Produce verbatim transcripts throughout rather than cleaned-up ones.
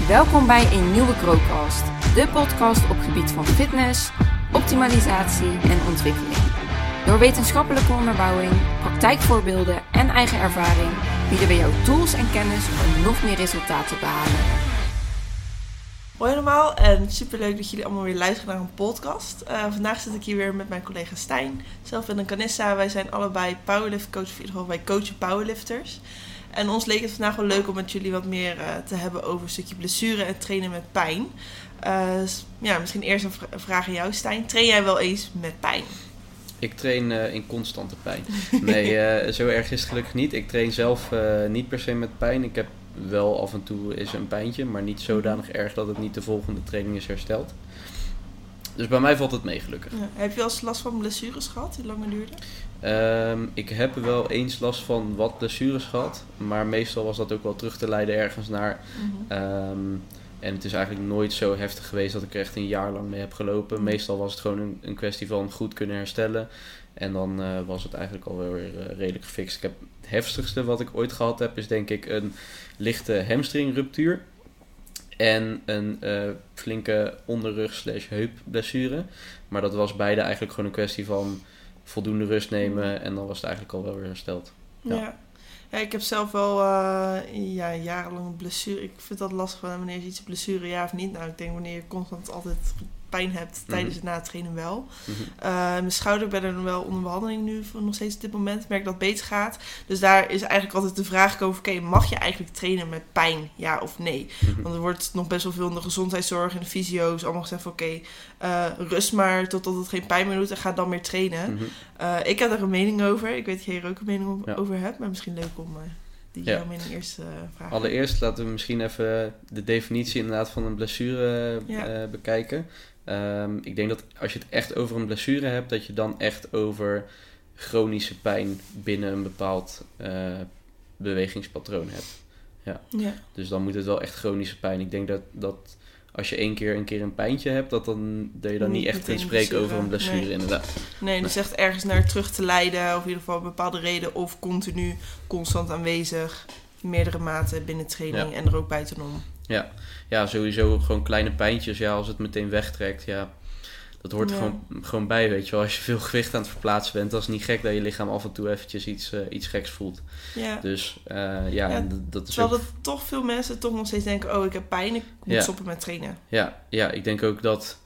Welkom bij een nieuwe Growcast, de podcast op gebied van fitness, optimalisatie en ontwikkeling. Door wetenschappelijke onderbouwing, praktijkvoorbeelden en eigen ervaring bieden we jou tools en kennis om nog meer resultaten te behalen. Hoi allemaal en superleuk dat jullie allemaal weer luisteren naar een podcast. Uh, vandaag zit ik hier weer met mijn collega Stijn. Zelf ben ik Canessa, wij zijn allebei powerlift coach, of in ieder geval wij coachen powerlifters. En ons leek het vandaag wel leuk om met jullie wat meer uh, te hebben over een stukje blessure en trainen met pijn. Uh, ja, misschien eerst een v- vraag aan jou, Stijn. Train jij wel eens met pijn? Ik train uh, in constante pijn. Nee, uh, zo erg is het gelukkig niet. Ik train zelf uh, niet per se met pijn. Ik heb wel af en toe eens een pijntje, maar niet zodanig erg dat het niet de volgende training is hersteld. Dus bij mij valt het mee, gelukkig. Ja, heb je wel eens last van blessures gehad die langer duurden? Um, ik heb wel eens last van wat blessures gehad, maar meestal was dat ook wel terug te leiden ergens naar. Mm-hmm. Um, en het is eigenlijk nooit zo heftig geweest dat ik er echt een jaar lang mee heb gelopen. Mm-hmm. Meestal was het gewoon een, een kwestie van goed kunnen herstellen. En dan uh, was het eigenlijk alweer weer uh, redelijk gefixt. Ik heb het heftigste wat ik ooit gehad heb, is denk ik een lichte hamstringruptuur. En een uh, flinke onderrug slash heupblessure. Maar dat was beide eigenlijk gewoon een kwestie van voldoende rust nemen. En dan was het eigenlijk al wel weer hersteld. Ja, ja. ja ik heb zelf wel uh, ja, jarenlang blessure. Ik vind dat lastig van wanneer is iets een blessure ja of niet. Nou, ik denk wanneer je constant altijd pijn hebt tijdens mm-hmm. het natrainen wel. Mm-hmm. Uh, mijn schouder, ik ben er wel onder behandeling nu voor nog steeds op dit moment. Ik merk dat het beter gaat. Dus daar is eigenlijk altijd de vraag over, oké, okay, mag je eigenlijk trainen met pijn? Ja of nee? Mm-hmm. Want er wordt nog best wel veel in de gezondheidszorg en de fysio's allemaal gezegd van oké, okay, uh, rust maar totdat het geen pijn meer doet en ga dan meer trainen. Mm-hmm. Uh, ik heb daar een mening over. Ik weet dat jij er ook een mening ja. over hebt, maar misschien leuk om... Uh, Die ja. jouw mening eerst uh, vragen. Allereerst laten we misschien even de definitie inderdaad van een blessure ja. uh, bekijken. Um, ik denk dat als je het echt over een blessure hebt, dat je dan echt over chronische pijn binnen een bepaald uh, bewegingspatroon hebt. Ja. Ja. Dus dan moet het wel echt chronische pijn. Ik denk dat, dat als je één keer een keer een pijntje hebt, dat, dan, dat je dan niet, niet echt kunt spreken over een blessure nee. inderdaad. Nee, dus nee. echt ergens naar terug te leiden, of in ieder geval een bepaalde reden, of continu, constant aanwezig, meerdere maten binnen training ja. en er ook buitenom. Ja. ja, sowieso gewoon kleine pijntjes, ja, als het meteen wegtrekt, ja, dat hoort er ja. gewoon, gewoon bij, weet je wel. Als je veel gewicht aan het verplaatsen bent, dan is het niet gek dat je lichaam af en toe eventjes iets, uh, iets geks voelt. Ja. Dus uh, ja, ja d- dat is terwijl ook... dat toch veel mensen toch nog steeds denken, oh, ik heb pijn, ik moet ja. stoppen met trainen. Ja, ja, ik denk ook dat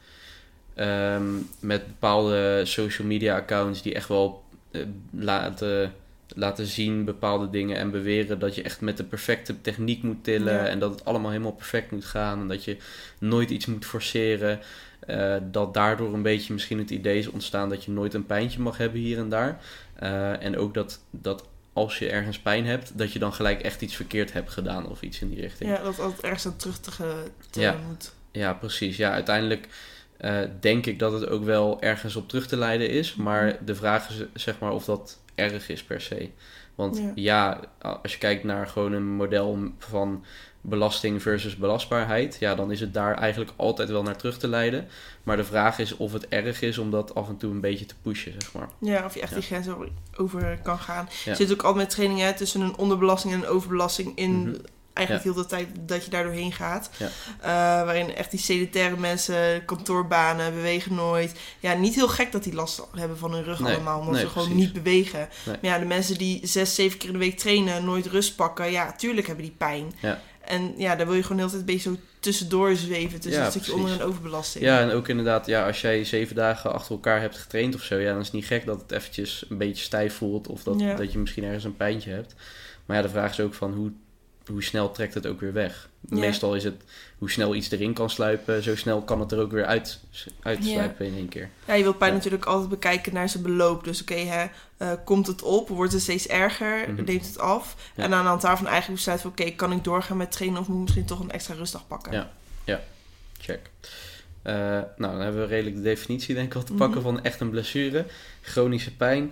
um, met bepaalde social media accounts die echt wel uh, laten... laten zien bepaalde dingen en beweren dat je echt met de perfecte techniek moet tillen ja. en dat het allemaal helemaal perfect moet gaan en dat je nooit iets moet forceren. Uh, dat daardoor een beetje misschien het idee is ontstaan dat je nooit een pijntje mag hebben hier en daar. Uh, en ook dat, dat als je ergens pijn hebt, dat je dan gelijk echt iets verkeerd hebt gedaan of iets in die richting. Ja, dat altijd ergens aan terug te, te ja. moet. Ja, precies. Ja, uiteindelijk uh, denk ik dat het ook wel ergens op terug te leiden is, maar de vraag is zeg maar of dat erg is per se. Want ja. ja, als je kijkt naar gewoon een model van belasting versus belastbaarheid, ja, dan is het daar eigenlijk altijd wel naar terug te leiden. Maar de vraag is of het erg is om dat af en toe een beetje te pushen, zeg maar. Ja, of je echt ja. die grens over, over kan gaan. Ja. Je zit ook altijd met trainingen tussen een onderbelasting en een overbelasting in... Mm-hmm. Eigenlijk ja. heel de tijd dat je daar doorheen gaat. Ja. Uh, waarin echt die sedentaire mensen, kantoorbanen, bewegen nooit. Ja, niet heel gek dat die last hebben van hun rug nee. allemaal. Omdat nee, ze gewoon precies. niet bewegen. Nee. Maar ja, de mensen die zes, zeven keer in de week trainen, nooit rust pakken. Ja, tuurlijk hebben die pijn. Ja. En ja, daar wil je gewoon de hele tijd een beetje zo tussendoor zweven. Tussen ja, een stukje onder- en overbelasting. Ja, en ook inderdaad, ja, als jij zeven dagen achter elkaar hebt getraind of zo. Ja, dan is het niet gek dat het eventjes een beetje stijf voelt. Of dat, ja. dat je misschien ergens een pijntje hebt. Maar ja, de vraag is ook van hoe... hoe snel trekt het ook weer weg. Ja. Meestal is het hoe snel iets erin kan sluipen, zo snel kan het er ook weer uit, uitsluipen ja. in één keer. Ja, je wilt pijn ja. natuurlijk altijd bekijken naar zijn beloop. Dus oké, okay, uh, komt het op, wordt het steeds erger, mm-hmm. neemt het af. Ja. En aan de hand daarvan eigenlijk besluit van oké, okay, kan ik doorgaan met trainen of moet ik misschien toch een extra rustdag pakken? Ja, ja. Check. Uh, nou, dan hebben we redelijk de definitie denk ik al te pakken mm-hmm. van echt een blessure. Chronische pijn.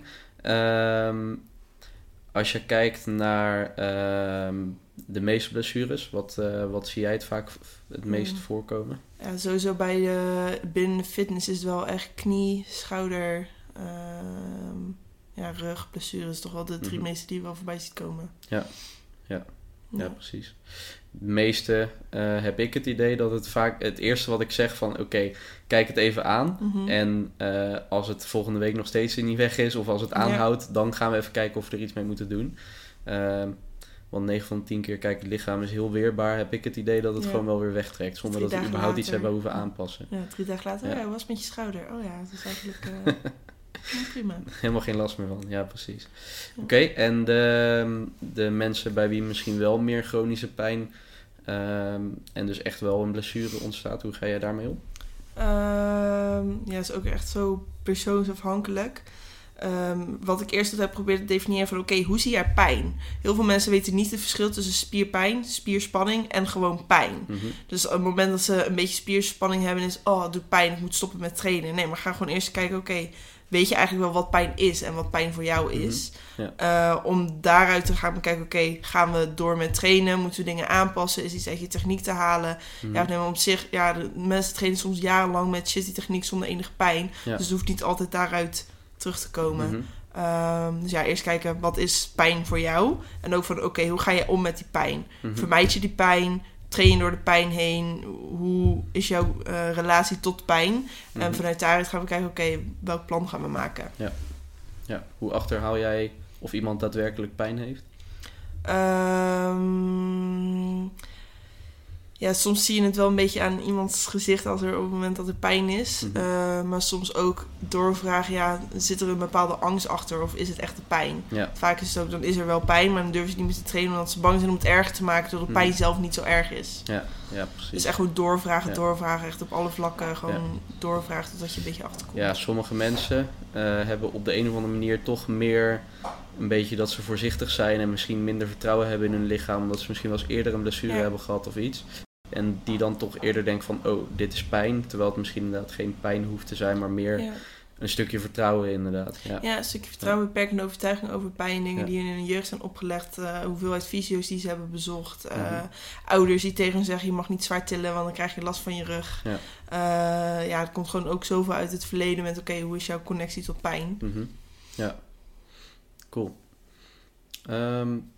Um, als je kijkt naar... Um, de meeste blessures, wat, uh, wat zie jij het vaak het meest mm. voorkomen? Ja, sowieso bij de, binnen de fitness is het wel echt knie, schouder, uh, ja, rug, blessures. Toch wel de drie mm-hmm. meeste die je wel voorbij ziet komen. Ja, ja. Ja, ja precies. Het meeste uh, heb ik het idee dat het vaak het eerste wat ik zeg van oké, okay, kijk het even aan. Mm-hmm. En uh, als het volgende week nog steeds niet weg is of als het aanhoudt, ja. dan gaan we even kijken of we er iets mee moeten doen. Uh, want negen van de tien keer, kijk, het lichaam is heel weerbaar. Heb ik het idee dat het ja. gewoon wel weer wegtrekt. Zonder drie dat we überhaupt later. iets hebben hoeven aanpassen. Ja, drie dagen later, ja, ja was met je schouder. Oh ja, het is eigenlijk uh, ja, prima. Helemaal geen last meer van, ja precies. Ja. Oké, okay, en de, de mensen bij wie misschien wel meer chronische pijn um, en dus echt wel een blessure ontstaat, hoe ga jij daarmee om? Um, ja, is ook echt zo persoonsafhankelijk. Um, wat ik eerst heb geprobeerd te definiëren van oké, okay, hoe zie jij pijn? Heel veel mensen weten niet het verschil tussen spierpijn, spierspanning en gewoon pijn. Mm-hmm. Dus op het moment dat ze een beetje spierspanning hebben is, oh, het doet pijn, ik moet stoppen met trainen. Nee, maar ga gewoon eerst kijken, oké, okay, weet je eigenlijk wel wat pijn is en wat pijn voor jou is? Mm-hmm. Ja. Uh, om daaruit te gaan bekijken, oké, okay, gaan we door met trainen? Moeten we dingen aanpassen? Is iets uit je techniek te halen? Mm-hmm. Ja, nee, maar op zich, ja, de mensen trainen soms jarenlang met shitty techniek zonder enige pijn. Ja. Dus het hoeft niet altijd daaruit terug te komen. Mm-hmm. Um, dus ja, eerst kijken, wat is pijn voor jou? En ook van, oké, okay, hoe ga je om met die pijn? Mm-hmm. Vermijd je die pijn? Train je door de pijn heen? Hoe is jouw uh, relatie tot pijn? Mm-hmm. En vanuit daaruit gaan we kijken, oké, okay, welk plan gaan we maken? Ja. ja. Hoe achterhaal jij of iemand daadwerkelijk pijn heeft? Um, ja, soms zie je het wel een beetje aan iemands gezicht als er op het moment dat er pijn is. Mm-hmm. Uh, maar soms ook doorvragen, ja, zit er een bepaalde angst achter of is het echt de pijn? Ja. Vaak is het ook, dan is er wel pijn, maar dan durven ze niet meer te trainen omdat ze bang zijn om het erger te maken, doordat de pijn mm-hmm. zelf niet zo erg is. Ja, ja precies. Dus echt gewoon doorvragen, ja. doorvragen, echt op alle vlakken gewoon ja. doorvragen totdat je een beetje achterkomt. Ja, sommige mensen uh, hebben op de een of andere manier toch meer een beetje dat ze voorzichtig zijn en misschien minder vertrouwen hebben in hun lichaam, omdat ze misschien wel eens eerder een blessure ja. hebben gehad of iets. En die dan toch eerder denkt van, oh, dit is pijn. Terwijl het misschien inderdaad geen pijn hoeft te zijn, maar meer ja. een stukje vertrouwen inderdaad. Ja, ja een stukje vertrouwen, ja. beperkende overtuiging over pijn. Dingen ja. die in hun jeugd zijn opgelegd. Uh, hoeveelheid fysio's die ze hebben bezocht. Uh, mm-hmm. Ouders die tegen hen zeggen, je mag niet zwaar tillen, want dan krijg je last van je rug. Ja, uh, ja het komt gewoon ook zoveel uit het verleden met, oké, okay, hoe is jouw connectie tot pijn? Mm-hmm. Ja, cool. Um,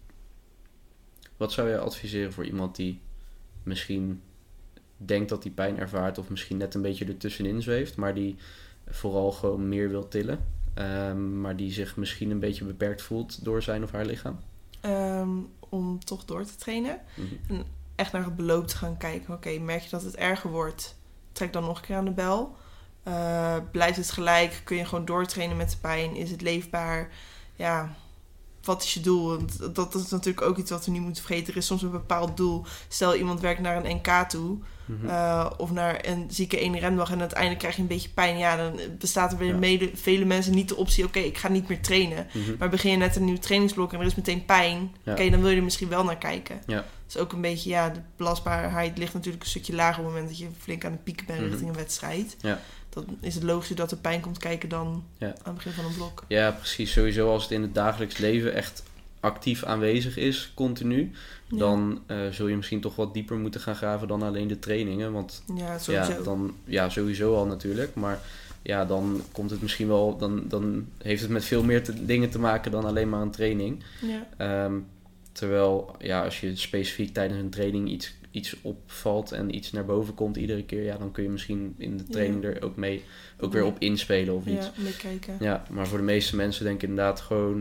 wat zou je adviseren voor iemand die misschien denkt dat hij pijn ervaart of misschien net een beetje ertussenin zweeft, maar die vooral gewoon meer wil tillen, um, maar die zich misschien een beetje beperkt voelt door zijn of haar lichaam? Um, om toch door te trainen mm-hmm. en echt naar het beloop te gaan kijken. Oké, okay, merk je dat het erger wordt, trek dan nog een keer aan de bel. Uh, blijft het gelijk? Kun je gewoon doortrainen met de pijn? Is het leefbaar? Ja, wat is je doel? Want dat is natuurlijk ook iets wat we niet moeten vergeten. Er is soms een bepaald doel. Stel, iemand werkt naar een N K toe. Mm-hmm. Uh, of naar een zieke één remdag en uiteindelijk krijg je een beetje pijn. Ja, dan bestaat er bij ja. mede, vele mensen niet de optie, oké, okay, ik ga niet meer trainen. Mm-hmm. Maar begin je net een nieuw trainingsblok en er is meteen pijn. Ja. Oké, okay, dan wil je er misschien wel naar kijken. Ja. Dus ook een beetje, ja, de belastbaarheid ligt natuurlijk een stukje lager op het moment dat je flink aan het pieken bent mm-hmm. richting een wedstrijd. Ja. Dan is het logischer dat er pijn komt kijken dan ja. aan het begin van een blok. Ja, precies. Sowieso als het in het dagelijks leven echt actief aanwezig is, continu, ja. dan uh, zul je misschien toch wat dieper moeten gaan graven dan alleen de trainingen. Want ja, sowieso. Ja, dan, ja, sowieso al natuurlijk. Maar ja, dan komt het misschien wel, dan, dan heeft het met veel meer te, dingen te maken dan alleen maar een training. Ja. Um, terwijl, ja, als je specifiek tijdens een training iets, iets opvalt en iets naar boven komt iedere keer, ja, dan kun je misschien in de training ja. er ook mee, ook weer op inspelen of iets. Ja, meekijken. Ja, maar voor de meeste mensen denk ik inderdaad gewoon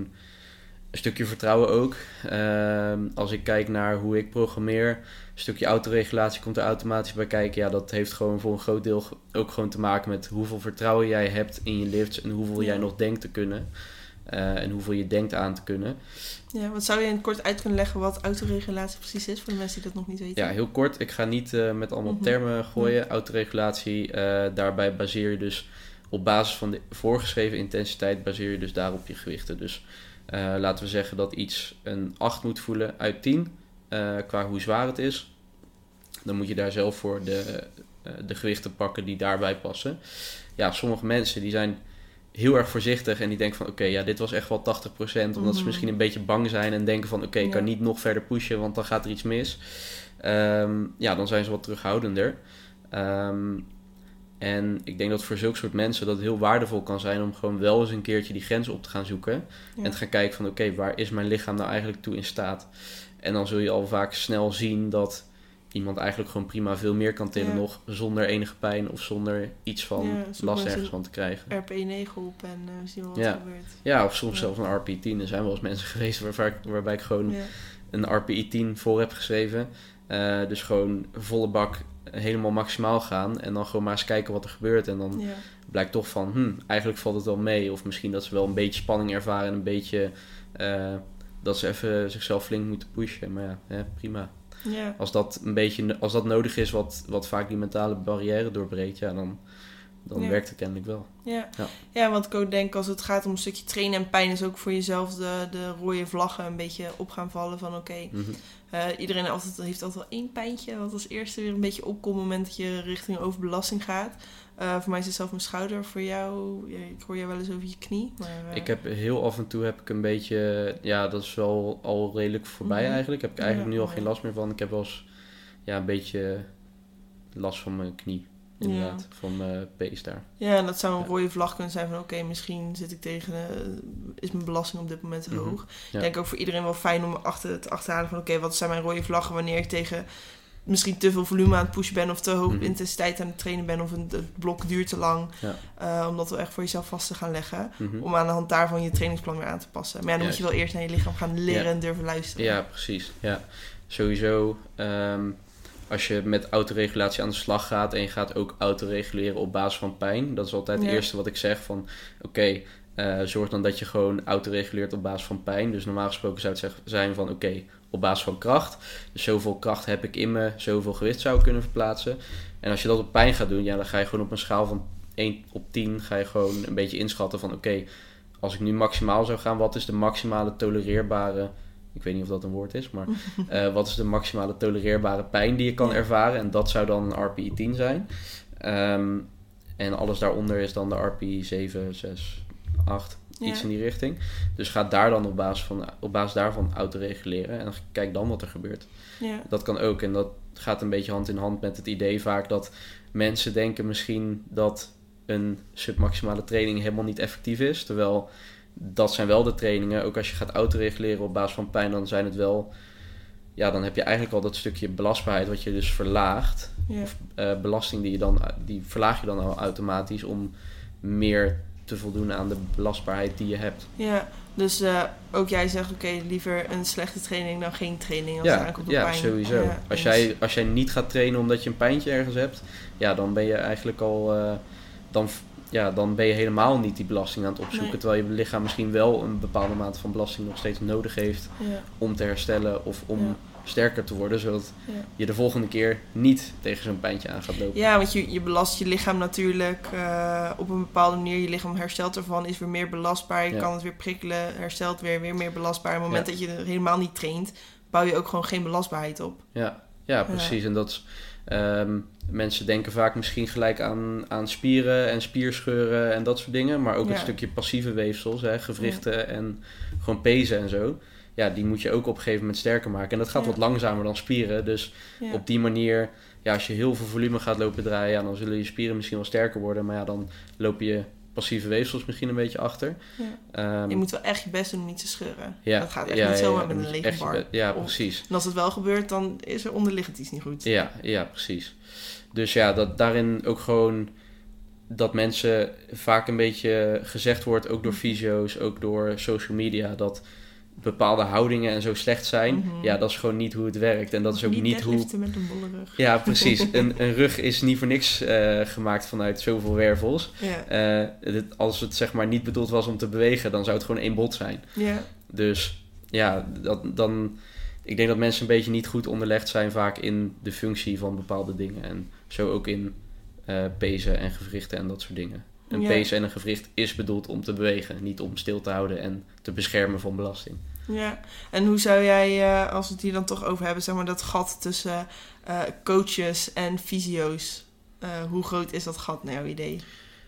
een stukje vertrouwen ook. Uh, als ik kijk naar hoe ik programmeer, een stukje autoregulatie komt er automatisch bij kijken. Ja, dat heeft gewoon voor een groot deel ook gewoon te maken met hoeveel vertrouwen jij hebt in je lifts en hoeveel ja. jij nog denkt te kunnen. Uh, en hoeveel je denkt aan te kunnen. Ja, wat zou je in het kort uit kunnen leggen wat autoregulatie precies is voor de mensen die dat nog niet weten? Ja, heel kort. Ik ga niet uh, met allemaal mm-hmm. termen gooien. Mm-hmm. Autoregulatie, uh, daarbij baseer je dus op basis van de voorgeschreven intensiteit, baseer je dus daarop je gewichten. Dus Uh, laten we zeggen dat iets een acht moet voelen uit tien, uh, qua hoe zwaar het is. Dan moet je daar zelf voor de, uh, de gewichten pakken die daarbij passen. Ja, sommige mensen die zijn heel erg voorzichtig en die denken van oké, okay, ja, dit was echt wel tachtig procent. Omdat mm-hmm. ze misschien een beetje bang zijn en denken van oké, okay, ik ja. kan niet nog verder pushen, want dan gaat er iets mis. Um, ja, dan zijn ze wat terughoudender. Um, En ik denk dat voor zulke soort mensen dat het heel waardevol kan zijn om gewoon wel eens een keertje die grens op te gaan zoeken. Ja. En te gaan kijken van oké, okay, waar is mijn lichaam nou eigenlijk toe in staat? En dan zul je al vaak snel zien dat iemand eigenlijk gewoon prima veel meer kan tillen ja. nog zonder enige pijn of zonder iets van ja, last ergens van te krijgen. R P E negen op en uh, we zien wel wat ja. er gebeurt. Ja, of soms ja. zelfs een R P E tien. Er zijn wel eens mensen geweest waar, waar, waarbij ik gewoon ja. een R P E tien voor heb geschreven. Uh, dus gewoon volle bak helemaal maximaal gaan en dan gewoon maar eens kijken wat er gebeurt. En dan ja. blijkt toch van, hm, eigenlijk valt het wel mee. Of misschien dat ze wel een beetje spanning ervaren en een beetje uh, dat ze even zichzelf flink moeten pushen. Maar ja, ja prima. Ja. Als dat een beetje, als dat nodig is wat, wat vaak die mentale barrière doorbreekt, ja, dan, dan ja. werkt het kennelijk wel. Ja. Ja. ja, want ik ook denk als het gaat om een stukje trainen en pijn is ook voor jezelf de, de rode vlaggen een beetje op gaan vallen van oké, okay, mm-hmm. uh, iedereen altijd, heeft altijd wel één pijntje wat als eerste weer een beetje opkomt op het moment dat je richting overbelasting gaat. Uh, voor mij is het zelf mijn schouder. Voor jou, ja, ik hoor jou wel eens over je knie. Maar, uh... Ik heb heel af en toe heb ik een beetje, ja, dat is wel al redelijk voorbij mm-hmm. eigenlijk. Heb ik eigenlijk ja, nu al ja. geen last meer van. Ik heb wel eens ja, een beetje last van mijn knie. Inderdaad, ja. van mijn pees daar. Ja, en dat zou een ja. rode vlag kunnen zijn van oké, okay, misschien zit ik tegen, uh, is mijn belasting op dit moment te mm-hmm. hoog. Ja. Ik denk ook voor iedereen wel fijn om achter te achterhalen van oké, okay, wat zijn mijn rode vlaggen wanneer ik tegen misschien te veel volume aan het pushen ben of te hoge mm-hmm. intensiteit aan het trainen ben of een, het blok duurt te lang. Ja. Uh, om dat wel echt voor jezelf vast te gaan leggen. Mm-hmm. Om aan de hand daarvan je trainingsplan weer aan te passen. Maar ja, dan ja, moet je wel eerst naar je lichaam gaan leren ja. en durven luisteren. Ja, precies. Ja. Sowieso, um, als je met autoregulatie aan de slag gaat en je gaat ook autoreguleren op basis van pijn. Dat is altijd het ja. eerste wat ik zeg van oké, okay, uh, zorg dan dat je gewoon autoreguleert op basis van pijn. Dus normaal gesproken zou het zeg, zijn van oké, okay, op basis van kracht. Dus zoveel kracht heb ik in me, zoveel gewicht zou ik kunnen verplaatsen. En als je dat op pijn gaat doen, ja, dan ga je gewoon op een schaal van één op tien ga je gewoon een beetje inschatten van oké, okay, als ik nu maximaal zou gaan, wat is de maximale tolereerbare, ik weet niet of dat een woord is, maar uh, wat is de maximale tolereerbare pijn die je kan ervaren? En dat zou dan een R P E tien zijn. Um, en alles daaronder is dan de R P E zeven, zes, acht. Iets ja. in die richting. Dus ga daar dan op basis, van, op basis daarvan autoreguleren. En kijk dan wat er gebeurt. Ja. Dat kan ook. En dat gaat een beetje hand in hand met het idee vaak dat mensen denken misschien dat een submaximale training helemaal niet effectief is. Terwijl dat zijn wel de trainingen. Ook als je gaat autoreguleren op basis van pijn, dan zijn het wel, ja, dan heb je eigenlijk al dat stukje belastbaarheid wat je dus verlaagt. Ja. Of uh, belasting die je dan, die verlaag je dan al automatisch om meer te voldoen aan de belastbaarheid die je hebt. Ja, dus uh, ook jij zegt oké, okay, liever een slechte training dan geen training als ja, het aankomt op ja, pijn. Sowieso. Ja, als, dus. jij, als jij niet gaat trainen omdat je een pijntje ergens hebt, ja, dan ben je eigenlijk al, uh, dan, ja, dan ben je helemaal niet die belasting aan het opzoeken. Nee. Terwijl je lichaam misschien wel een bepaalde mate van belasting nog steeds nodig heeft ja. om te herstellen of om ja. sterker te worden, zodat ja. je de volgende keer niet tegen zo'n pijntje aan gaat lopen. Ja, want je, je belast je lichaam natuurlijk uh, op een bepaalde manier. Je lichaam herstelt ervan, is weer meer belastbaar. Je ja. kan het weer prikkelen, herstelt weer, weer meer belastbaar. Op het moment ja. dat je er helemaal niet traint, bouw je ook gewoon geen belastbaarheid op. Ja, ja precies. Ja. En dat is, um, mensen denken vaak misschien gelijk aan, aan spieren en spierscheuren en dat soort dingen. Maar ook ja. een stukje passieve weefsels, hè, gewrichten ja. en gewoon pezen en zo. Ja, die moet je ook op een gegeven moment sterker maken. En dat gaat ja. wat langzamer dan spieren. Dus ja. op die manier, ja, als je heel veel volume gaat lopen draaien, ja, dan zullen je spieren misschien wel sterker worden. Maar ja, dan loop je passieve weefsels misschien een beetje achter. Ja. Um, je moet wel echt je best doen om niet te scheuren. Ja, dat gaat echt ja, niet zomaar ja, ja, met een lege bar. Be- ja, precies. En als het wel gebeurt, dan is er onderliggend iets niet goed. Ja, ja, precies. Dus ja, dat daarin ook gewoon dat mensen vaak een beetje gezegd wordt, ook door fysio's, ook door social media, dat bepaalde houdingen en zo slecht zijn. Mm-hmm. Ja, dat is gewoon niet hoe het werkt. En dat is ook niet, niet hoe... met een bolle rug. Ja, precies. een, een rug is niet voor niks uh, gemaakt vanuit zoveel wervels. Ja. Uh, dit, als het zeg maar niet bedoeld was om te bewegen, dan zou het gewoon één bot zijn. Ja. Dus ja, dat, dan... Ik denk dat mensen een beetje niet goed onderlegd zijn vaak in de functie van bepaalde dingen. En zo ook in uh, pezen en gewrichten en dat soort dingen. Een ja. pees en een gewricht is bedoeld om te bewegen, niet om stil te houden en te beschermen van belasting. Ja, en hoe zou jij, uh, als we het hier dan toch over hebben, zeg maar dat gat tussen uh, coaches en fysio's, uh, hoe groot is dat gat naar jouw idee?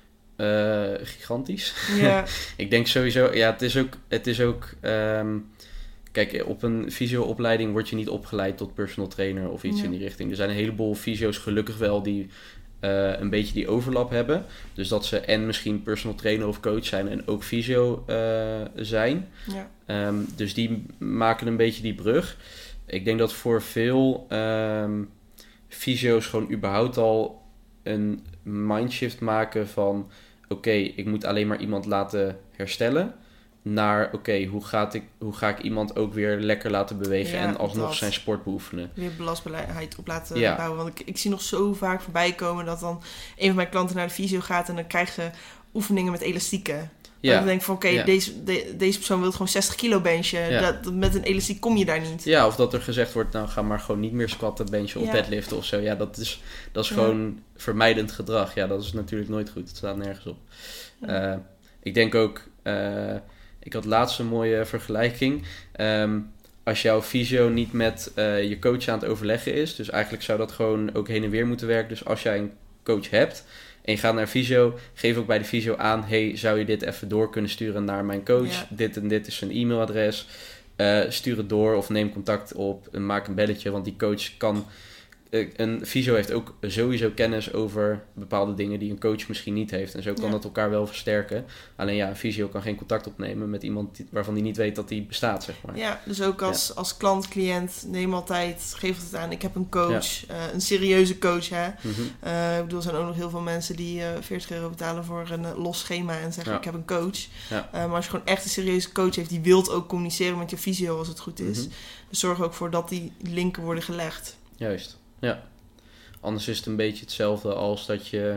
Uh, gigantisch. Ja. Ik denk sowieso, ja, het is ook, het is ook um, kijk, op een fysio-opleiding word je niet opgeleid tot personal trainer of iets ja. in die richting. Er zijn een heleboel fysio's gelukkig wel die Uh, een beetje die overlap hebben. Dus dat ze en misschien personal trainer of coach zijn en ook fysio uh, zijn. Ja. Um, dus die maken een beetje die brug. ik denk dat voor veel um, fysio's gewoon überhaupt al een mindshift maken van... Oké, okay, ik moet alleen maar iemand laten herstellen... naar oké, okay, hoe, gaat ik, hoe ga ik iemand ook weer lekker laten bewegen... Ja, en alsnog dat. zijn sport beoefenen. Weer belastbaarheid op laten ja. bouwen. Want ik, ik zie nog zo vaak voorbij komen... dat dan een van mijn klanten naar de fysio gaat... en dan krijgen ze oefeningen met elastieken. Ja. Dan denk ik van oké, okay, ja. deze, de, deze persoon wil gewoon zestig kilo benchen. Ja. Dat, met een elastiek kom je daar niet. Ja, of dat er gezegd wordt, nou ga maar gewoon niet meer squatten, benchen of ja. deadliften of zo. Ja, dat is, dat is ja. gewoon vermijdend gedrag. Ja, dat is natuurlijk nooit goed. Het staat nergens op. Ja. Uh, ik denk ook, uh, ik had laatst een mooie vergelijking. Um, als jouw fysio niet met uh, je coach aan het overleggen is, dus eigenlijk zou dat gewoon ook heen en weer moeten werken. Dus als jij een coach hebt... En je gaat naar fysio, geef ook bij de fysio aan... hey, zou je dit even door kunnen sturen naar mijn coach? Ja. Dit en dit is zijn e-mailadres. Uh, stuur het door of neem contact op en maak een belletje. Want die coach kan... Uh, een fysio heeft ook sowieso kennis over bepaalde dingen... die een coach misschien niet heeft. En zo kan ja. dat elkaar wel versterken. Alleen ja, een fysio kan geen contact opnemen... met iemand die, waarvan die niet weet dat die bestaat, zeg maar. Ja, dus ook als, ja. als klant, cliënt... neem altijd, geef het aan... ik heb een coach, ja. uh, een serieuze coach, hè. Mm-hmm. Uh, ik bedoel, er zijn ook nog heel veel mensen... die uh, veertig euro betalen voor een uh, los schema... en zeggen, ja. ik heb een coach. Ja. Uh, maar als je gewoon echt een serieuze coach heeft... die wilt ook communiceren met je fysio als het goed is. Mm-hmm. Dus zorg ook voor dat die linken worden gelegd. Juist. Ja, anders is het een beetje hetzelfde als dat je,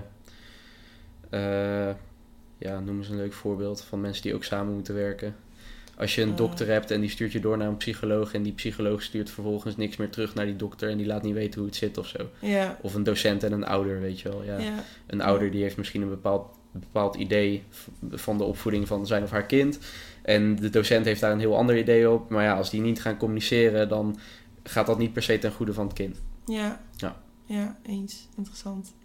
uh, ja, noem eens een leuk voorbeeld van mensen die ook samen moeten werken. Als je een uh. dokter hebt en die stuurt je door naar een psycholoog en die psycholoog stuurt vervolgens niks meer terug naar die dokter en die laat niet weten hoe het zit of zo. Yeah. Of een docent en een ouder, weet je wel. Ja. Yeah. Een ouder die heeft misschien een bepaald, een bepaald idee van de opvoeding van zijn of haar kind en de docent heeft daar een heel ander idee op. Maar ja, als die niet gaan communiceren, dan gaat dat niet per se ten goede van het kind. Ja, ja. ja, eens. Interessant.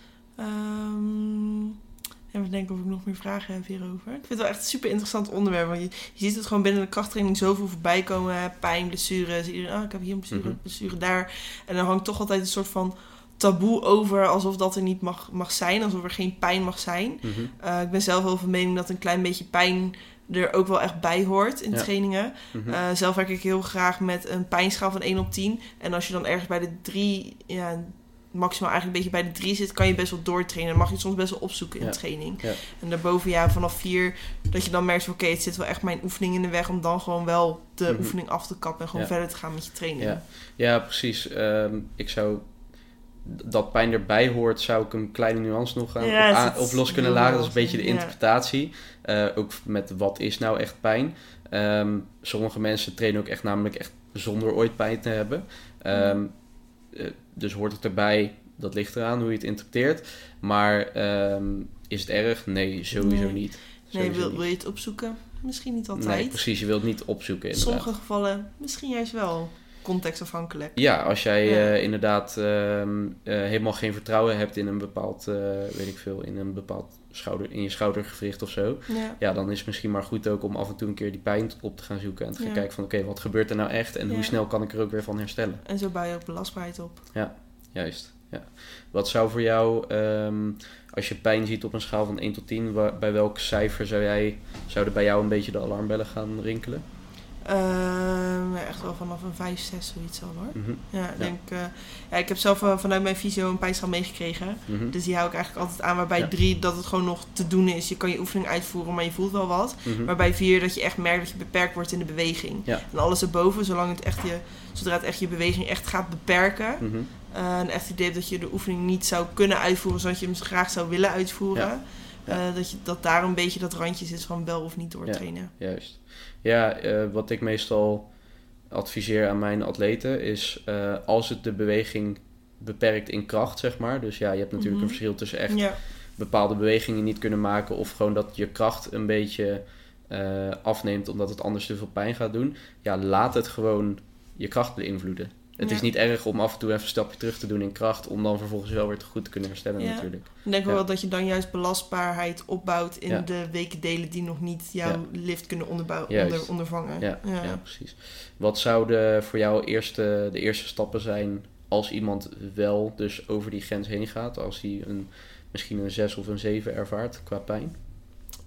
Um, even denken of ik nog meer vragen heb hierover. Ik vind het wel echt een super interessant onderwerp. Want je, je ziet het gewoon binnen de krachttraining zoveel voorbij komen. Hè? Pijn, blessures. Iedereen, oh, ik heb hier een blessure, mm-hmm. blessure daar. En dan hangt toch altijd een soort van taboe over. Alsof dat er niet mag, mag zijn. Alsof er geen pijn mag zijn. Mm-hmm. Uh, ik ben zelf wel van mening dat een klein beetje pijn... er ook wel echt bij hoort in ja. trainingen. Mm-hmm. Uh, zelf werk ik heel graag met een pijnschaal van één op tien. En als je dan ergens bij de drie... Ja, maximaal eigenlijk een beetje bij de drie zit... kan je best wel doortrainen. Dan mag je soms best wel opzoeken in ja. training. Ja. En daarboven, ja, vanaf vier... dat je dan merkt van... oké, okay, het zit wel echt mijn oefening in de weg... om dan gewoon wel de mm-hmm. oefening af te kappen... en gewoon ja. verder te gaan met je training. Ja, ja precies. Um, ik zou... dat pijn erbij hoort, zou ik een kleine nuance nog gaan ja, op, aan, op los kunnen laten. Dat is een beetje de interpretatie. Ja. Uh, ook met wat is nou echt pijn. Um, sommige mensen trainen ook echt namelijk echt zonder ooit pijn te hebben. Um, uh, dus hoort het erbij, dat ligt eraan hoe je het interpreteert. Maar um, is het erg? Nee, sowieso nee. niet. Sowieso nee, wil, niet. wil je het opzoeken? Misschien niet altijd. Nee, precies. Je wilt het niet opzoeken in sommige gevallen misschien juist wel. Contextafhankelijk. Ja, als jij ja. uh, inderdaad uh, uh, helemaal geen vertrouwen hebt in een bepaald, uh, weet ik veel, in een bepaald schouder, in je schoudergewricht of zo. Ja. ja, dan is het misschien maar goed ook om af en toe een keer die pijn op te gaan zoeken en te gaan ja. kijken van oké, okay, wat gebeurt er nou echt en ja. hoe snel kan ik er ook weer van herstellen. En zo bouw je ook belastbaarheid op. Ja, juist. Ja. Wat zou voor jou, um, als je pijn ziet op een schaal van één tot tien, waar, bij welk cijfer zou jij, zouden bij jou een beetje de alarmbellen gaan rinkelen? Uh, echt wel vanaf een vijf, zes zoiets al hoor. Mm-hmm. Ja, ik ja. denk... Uh, ja, ik heb zelf uh, vanuit mijn fysio een pijnschaal meegekregen. Mm-hmm. Dus die hou ik eigenlijk altijd aan. Waarbij ja. drie dat het gewoon nog te doen is. Je kan je oefening uitvoeren, maar je voelt wel wat. Mm-hmm. Maar bij vier dat je echt merkt dat je beperkt wordt in de beweging. Ja. En alles erboven, zolang het echt je, zodra het echt je beweging echt gaat beperken. Mm-hmm. Uh, en echt het idee hebt dat je de oefening niet zou kunnen uitvoeren zoals je hem graag zou willen uitvoeren. Ja. Ja. Uh, dat, je, dat daar een beetje dat randje zit van wel of niet doortrainen. Ja, juist. Ja, uh, wat ik meestal adviseer aan mijn atleten is uh, als het de beweging beperkt in kracht, zeg maar. Dus ja, je hebt natuurlijk mm-hmm. een verschil tussen echt ja. bepaalde bewegingen niet kunnen maken of gewoon dat je kracht een beetje uh, afneemt omdat het anders te veel pijn gaat doen. Ja, laat het gewoon je kracht beïnvloeden. Het ja. is niet erg om af en toe even een stapje terug te doen in kracht... om dan vervolgens wel weer goed te kunnen herstellen ja. natuurlijk. Ik denk ja. wel dat je dan juist belastbaarheid opbouwt... in ja. de wekendelen die nog niet jouw ja. lift kunnen onderbouwen, onder, ondervangen. Ja. Ja. ja, precies. Wat zouden voor jou eerste, de eerste stappen zijn... als iemand wel dus over die grens heen gaat? Als hij een, misschien een zes of een zeven ervaart qua pijn?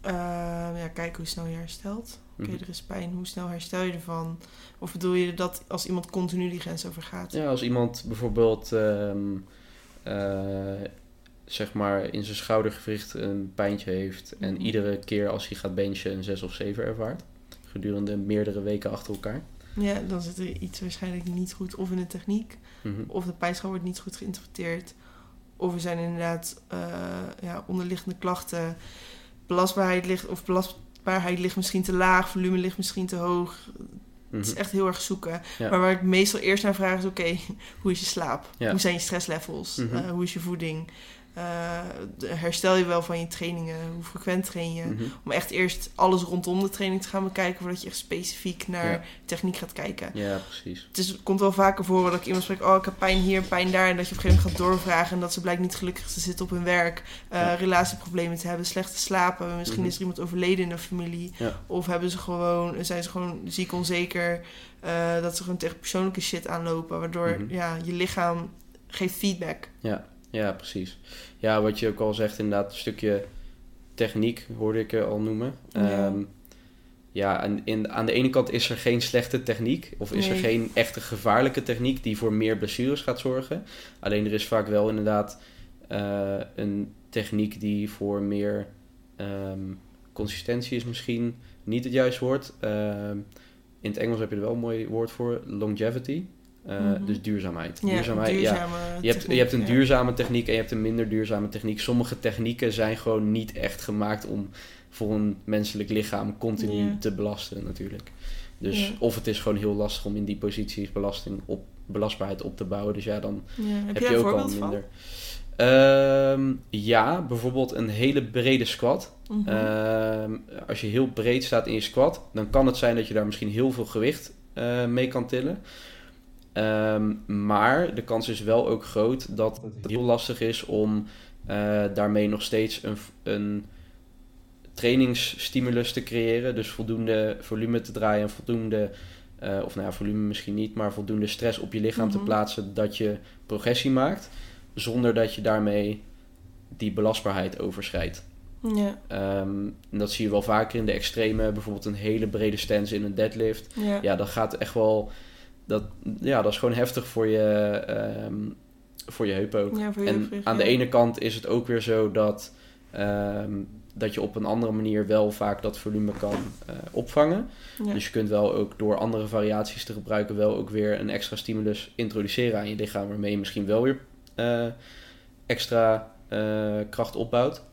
Uh, ja, kijken hoe snel je herstelt. Oké, okay, mm-hmm. er is pijn. Hoe snel herstel je ervan? Of bedoel je dat als iemand continu die grens overgaat? Ja, als iemand bijvoorbeeld um, uh, zeg maar in zijn schoudergewricht een pijntje heeft en mm-hmm. iedere keer als hij gaat benchen een zes of zeven ervaart, gedurende meerdere weken achter elkaar. Ja, dan zit er iets waarschijnlijk niet goed of in de techniek, mm-hmm. of de pijnschaal wordt niet goed geïnterpreteerd, of er zijn inderdaad uh, ja, onderliggende klachten, belastbaarheid ligt, of belastbaarheid ligt misschien te laag, volume ligt misschien te hoog. Mm-hmm. Het is echt heel erg zoeken. Ja. Maar waar ik meestal eerst naar vraag is, oké, okay, hoe is je slaap? Ja. Hoe zijn je stresslevels? Mm-hmm. Uh, hoe is je voeding? Uh, herstel je wel van je trainingen? Hoe frequent train je? Mm-hmm. Om echt eerst alles rondom de training te gaan bekijken, voordat je echt specifiek naar ja. techniek gaat kijken. Ja, precies. Dus het komt wel vaker voor dat ik iemand spreek, oh, ik heb pijn hier, pijn daar. En dat je op een gegeven moment gaat doorvragen en dat ze blijkt niet gelukkig te zitten op hun werk. Uh, ja. Relatieproblemen te hebben, slecht te slapen. Misschien mm-hmm. is er iemand overleden in de familie. Ja. Of hebben ze gewoon, zijn ze gewoon ziek onzeker. Uh, dat ze gewoon tegen persoonlijke shit aanlopen. Waardoor mm-hmm. ja, je lichaam geeft feedback. Ja. Ja, precies. Ja, wat je ook al zegt, inderdaad, een stukje techniek hoorde ik al noemen. Ja, um, ja en in, aan de ene kant is er geen slechte techniek, of is nee. er geen echte gevaarlijke techniek die voor meer blessures gaat zorgen. Alleen er is vaak wel inderdaad uh, een techniek die voor meer um, consistentie is misschien niet het juiste woord. Uh, in het Engels heb je er wel een mooi woord voor, longevity. Uh, mm-hmm. Dus duurzaamheid. Ja, duurzaamheid duurzame ja. je, hebt, techniek, je hebt een ja. duurzame techniek en je hebt een minder duurzame techniek. Sommige technieken zijn gewoon niet echt gemaakt om voor een menselijk lichaam continu ja. te belasten natuurlijk. Dus ja. of het is gewoon heel lastig om in die posities belasting op, belastbaarheid op te bouwen. Dus ja, dan ja. heb, heb je, je ook al minder. Um, ja, bijvoorbeeld een hele brede squat. Mm-hmm. Um, als je heel breed staat in je squat, dan kan het zijn dat je daar misschien heel veel gewicht uh, mee kan tillen. Um, maar de kans is wel ook groot dat het heel lastig is om uh, daarmee nog steeds een, een trainingsstimulus te creëren. Dus voldoende volume te draaien en voldoende, uh, of nou ja, volume misschien niet, maar voldoende stress op je lichaam mm-hmm. te plaatsen dat je progressie maakt. Zonder dat je daarmee die belastbaarheid overschrijdt. Ja. Um, en dat zie je wel vaker in de extreme, bijvoorbeeld een hele brede stance in een deadlift. Ja, ja dat gaat echt wel... Dat, ja, dat is gewoon heftig voor je, um, voor je heup ook. Ja, voor je en heup, aan ja. de ene kant is het ook weer zo dat, um, dat je op een andere manier wel vaak dat volume kan uh, opvangen. Ja. Dus je kunt wel ook door andere variaties te gebruiken wel ook weer een extra stimulus introduceren aan je lichaam, waarmee je misschien wel weer uh, extra uh, kracht opbouwt.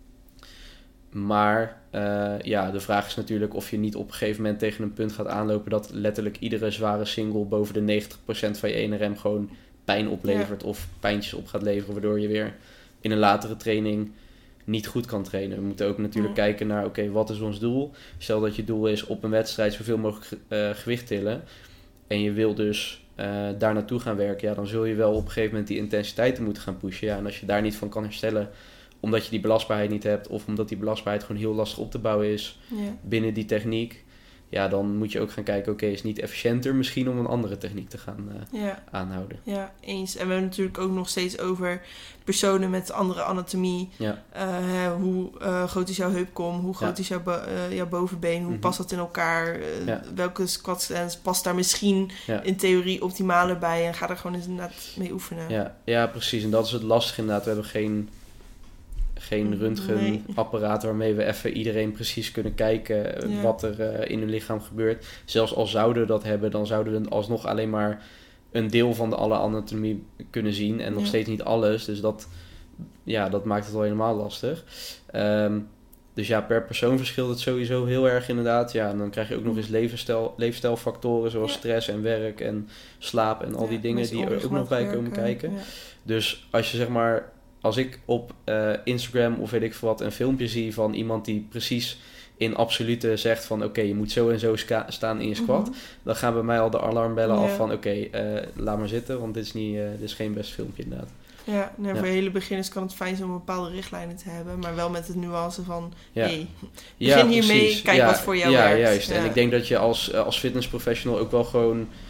Maar uh, ja, de vraag is natuurlijk of je niet op een gegeven moment tegen een punt gaat aanlopen dat letterlijk iedere zware single boven de negentig procent van je ene rem gewoon pijn oplevert ja. of pijntjes op gaat leveren, waardoor je weer in een latere training niet goed kan trainen. We moeten ook natuurlijk ja. kijken naar, oké, okay, wat is ons doel? Stel dat je doel is op een wedstrijd zoveel mogelijk uh, gewicht tillen en je wil dus uh, daar naartoe gaan werken, ja, dan zul je wel op een gegeven moment die intensiteiten moeten gaan pushen. Ja, en als je daar niet van kan herstellen, omdat je die belastbaarheid niet hebt of omdat die belastbaarheid gewoon heel lastig op te bouwen is ja. binnen die techniek, ja, dan moet je ook gaan kijken, oké, okay, is het niet efficiënter misschien om een andere techniek te gaan uh, ja. aanhouden. Ja, eens. En we hebben natuurlijk ook nog steeds over personen met andere anatomie. Ja. Uh, hè, hoe uh, groot is jouw heupkom? Hoe groot ja. is jouw, bo- uh, jouw bovenbeen? Hoe mm-hmm. past dat in elkaar? Uh, ja. Welke squat stance past daar misschien ja. in theorie optimaler bij? En ga er gewoon eens inderdaad mee oefenen. Ja. ja, precies. En dat is het lastige inderdaad. We hebben geen... Geen röntgenapparaat nee. waarmee we even iedereen precies kunnen kijken ja. wat er uh, in hun lichaam gebeurt. Zelfs als zouden we dat hebben, dan zouden we alsnog alleen maar een deel van de alle anatomie kunnen zien. En nog ja. steeds niet alles. Dus dat, ja, dat maakt het wel helemaal lastig. Um, dus ja, per persoon verschilt het sowieso heel erg inderdaad. Ja, en dan krijg je ook nog eens levensstijl, leefstijlfactoren zoals ja. stress en werk en slaap en al die ja, dingen die er ook nog bij komen kijken. Ja. Dus als je zeg maar... Als ik op uh, Instagram of weet ik veel wat een filmpje zie van iemand die precies in absolute zegt van oké, okay, je moet zo en zo ska- staan in je squat, mm-hmm. dan gaan bij mij al de alarmbellen ja. af van oké, okay, uh, laat maar zitten, want dit is, niet, uh, dit is geen best filmpje inderdaad. Ja, nou, ja. voor hele beginners kan het fijn zijn om bepaalde richtlijnen te hebben, maar wel met het nuance van ja. hey, ja, begin hiermee, kijk ja, wat voor jou ja, werkt. Juist. Ja, en ik denk dat je als, als fitnessprofessional ook wel gewoon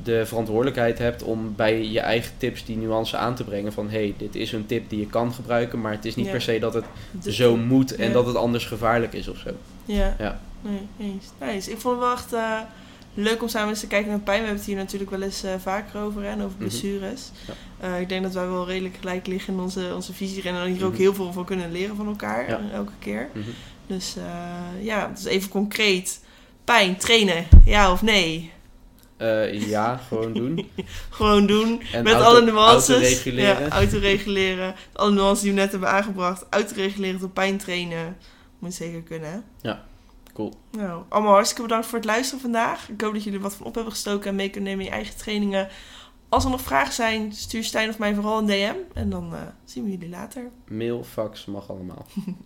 de verantwoordelijkheid hebt om bij je eigen tips die nuance aan te brengen. Van hé, hey, dit is een tip die je kan gebruiken, maar het is niet ja. per se dat het De zo tip. moet en ja. dat het anders gevaarlijk is of zo. Ja, Ja. nee, eens. Nice. Ik vond het wel echt uh, leuk om samen eens te kijken naar pijn. We hebben het hier natuurlijk wel eens uh, vaker over, hè, en over blessures. Mm-hmm. Ja. Uh, ik denk dat wij wel redelijk gelijk liggen in onze, onze visie en dan hier Mm-hmm. ook heel veel van kunnen leren van elkaar, Ja. elke keer. Mm-hmm. Dus uh, ja, dus even concreet. Pijn, trainen, ja of nee? Uh, ja, gewoon doen. Gewoon doen. En met auto, alle nuances. autoreguleren. Ja, autoreguleren. Alle nuances die we net hebben aangebracht. Autoreguleren tot pijn trainen. Moet zeker kunnen, hè? Ja, cool. Nou, allemaal hartstikke bedankt voor het luisteren vandaag. Ik hoop dat jullie er wat van op hebben gestoken en mee kunnen nemen in je eigen trainingen. Als er nog vragen zijn, stuur Stijn of mij vooral een D M. En dan uh, zien we jullie later. Mail, fax, mag allemaal.